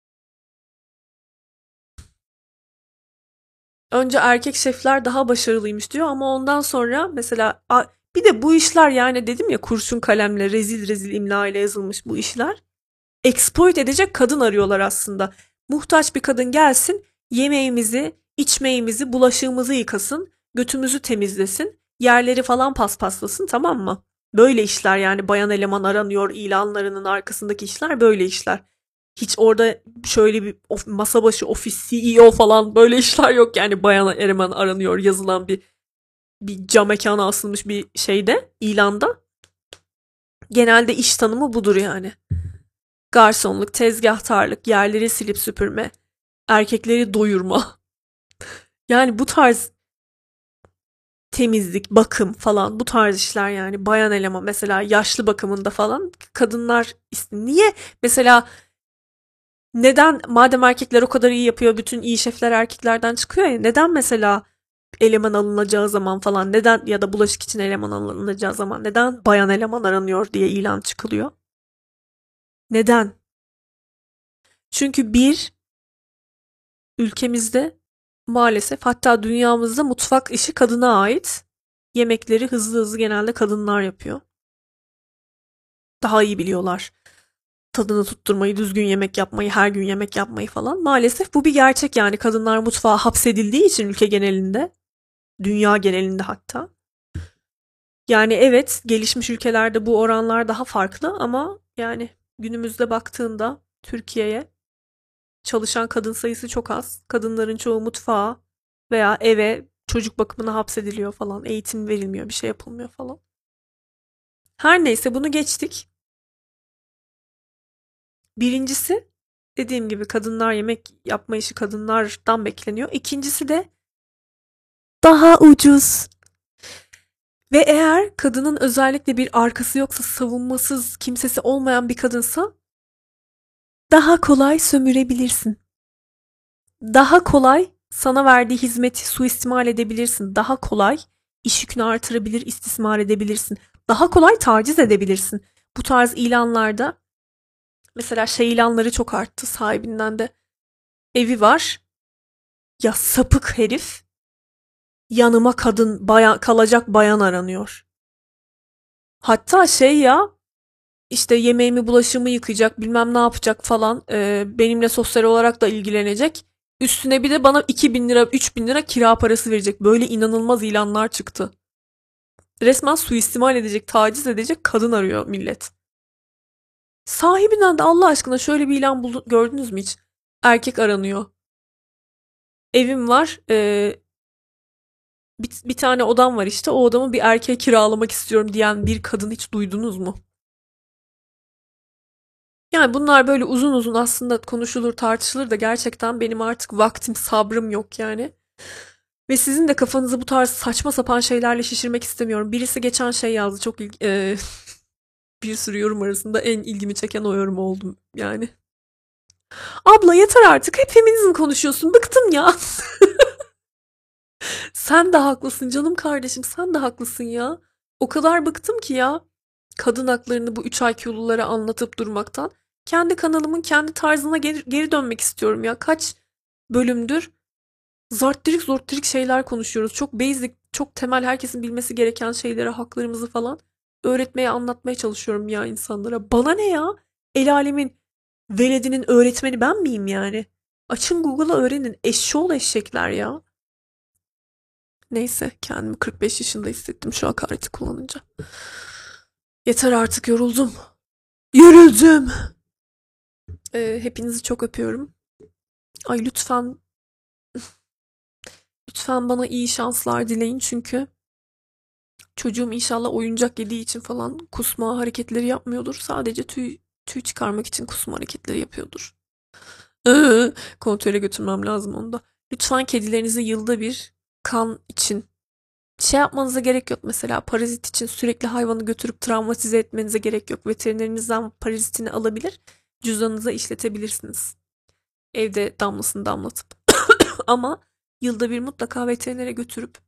Önce erkek şefler daha başarılıymış diyor ama ondan sonra mesela bir de bu işler yani dedim ya kurşun kalemle rezil rezil imla ile yazılmış bu işler. Exploit edecek kadın arıyorlar aslında. Muhtaç bir kadın gelsin, yemeğimizi, içmeğimizi, bulaşığımızı yıkasın, götümüzü temizlesin, yerleri falan paspaslasın, tamam mı? Böyle işler yani bayan eleman aranıyor ilanlarının arkasındaki işler böyle işler. Hiç orada şöyle bir masa başı ofis CEO falan böyle işler yok yani bayan eleman aranıyor yazılan bir cam mekana asılmış bir şeyde ilanda. Genelde iş tanımı budur yani. Garsonluk, tezgahtarlık, yerleri silip süpürme, erkekleri doyurma. Yani bu tarz temizlik, bakım falan bu tarz işler yani bayan eleman mesela yaşlı bakımında falan kadınlar niye mesela neden madem erkekler o kadar iyi yapıyor bütün iyi şefler erkeklerden çıkıyor ya neden mesela eleman alınacağı zaman falan neden ya da bulaşık için eleman alınacağı zaman neden bayan eleman aranıyor diye ilan çıkılıyor? Neden? Çünkü bir ülkemizde maalesef hatta dünyamızda mutfak işi kadına ait. Yemekleri hızlı hızlı genelde kadınlar yapıyor. Daha iyi biliyorlar. Tadını tutturmayı, düzgün yemek yapmayı, her gün yemek yapmayı falan. Maalesef bu bir gerçek yani kadınlar mutfağa hapsedildiği için ülke genelinde, dünya genelinde hatta. Yani evet gelişmiş ülkelerde bu oranlar daha farklı ama yani günümüzde baktığında Türkiye'ye çalışan kadın sayısı çok az. Kadınların çoğu mutfağa veya eve çocuk bakımına hapsediliyor falan. Eğitim verilmiyor, bir şey yapılmıyor falan. Her neyse bunu geçtik. Birincisi dediğim gibi kadınlar yemek yapma işi kadınlardan bekleniyor. İkincisi de daha ucuz. Ve eğer kadının özellikle bir arkası yoksa savunmasız kimsesi olmayan bir kadınsa daha kolay sömürebilirsin. Daha kolay sana verdiği hizmeti suistimal edebilirsin. Daha kolay iş yükünü artırabilir, istismar edebilirsin. Daha kolay taciz edebilirsin. Bu tarz ilanlarda mesela şey ilanları çok arttı. Sahibinden de evi var. Ya sapık herif. Yanıma kadın kalacak bayan aranıyor. Hatta şey ya işte yemeğimi bulaşığımı yıkayacak bilmem ne yapacak falan benimle sosyal olarak da ilgilenecek. Üstüne bir de bana 2.000 lira 3.000 lira kira parası verecek. Böyle inanılmaz ilanlar çıktı. Resmen suistimal edecek, taciz edecek kadın arıyor millet. Sahibinden de Allah aşkına şöyle bir ilan gördünüz mü hiç? Erkek aranıyor. Evim var. Bir tane odam var işte. O odamı bir erkeğe kiralamak istiyorum diyen bir kadın hiç duydunuz mu? Yani bunlar böyle uzun uzun aslında konuşulur tartışılır da gerçekten benim artık vaktim sabrım yok yani. Ve sizin de kafanızı bu tarz saçma sapan şeylerle şişirmek istemiyorum. Birisi geçen şey yazdı çok bir sürü yorum arasında en ilgimi çeken o yorum oldu yani. Abla yeter artık hep feminizm konuşuyorsun bıktım ya. Sen de haklısın canım kardeşim sen de haklısın ya. O kadar bıktım ki ya. Kadın haklarını bu 3 IQ'lulara anlatıp durmaktan. Kendi kanalımın kendi tarzına geri dönmek istiyorum ya. Kaç bölümdür zarttirik zorttirik şeyler konuşuyoruz. Çok basic, çok temel herkesin bilmesi gereken şeyleri, haklarımızı falan öğretmeye, anlatmaya çalışıyorum ya insanlara. Bana ne ya? El alemin veledinin öğretmeni ben miyim yani? Açın Google'a öğrenin. Eşşoğlu eşekler ya. Neyse kendimi 45 yaşında hissettim şu hakareti kullanınca. Yeter artık yoruldum. Yoruldum. Hepinizi çok öpüyorum. Ay lütfen bana iyi şanslar dileyin çünkü çocuğum inşallah oyuncak yediği için falan kusma hareketleri yapmıyordur. Sadece tüy çıkarmak için kusma hareketleri yapıyordur. Kontrole götürmem lazım onu da. Lütfen kedilerinizi yılda bir kan için şey yapmanıza gerek yok. Mesela parazit için sürekli hayvanı götürüp travmatize etmenize gerek yok. Veterinerinizden parazitini alabilir, cüzdanınıza işletebilirsiniz. Evde damlasını damlatıp. Ama yılda bir mutlaka veterinere götürüp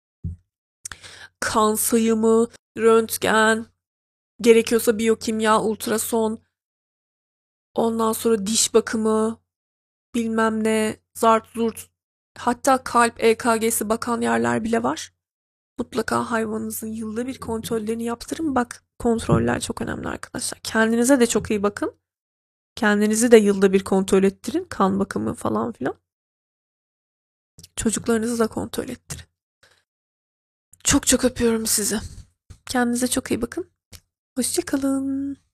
kan sayımı, röntgen, gerekiyorsa biyokimya, ultrason, ondan sonra diş bakımı, bilmem ne, zart zurt. Hatta kalp EKG'si bakan yerler bile var. Mutlaka hayvanınızın yılda bir kontrollerini yaptırın. Bak, kontroller çok önemli arkadaşlar. Kendinize de çok iyi bakın. Kendinizi de yılda bir kontrol ettirin. Kan bakımı falan filan. Çocuklarınızı da kontrol ettirin. Çok çok öpüyorum sizi. Kendinize çok iyi bakın. Hoşça kalın.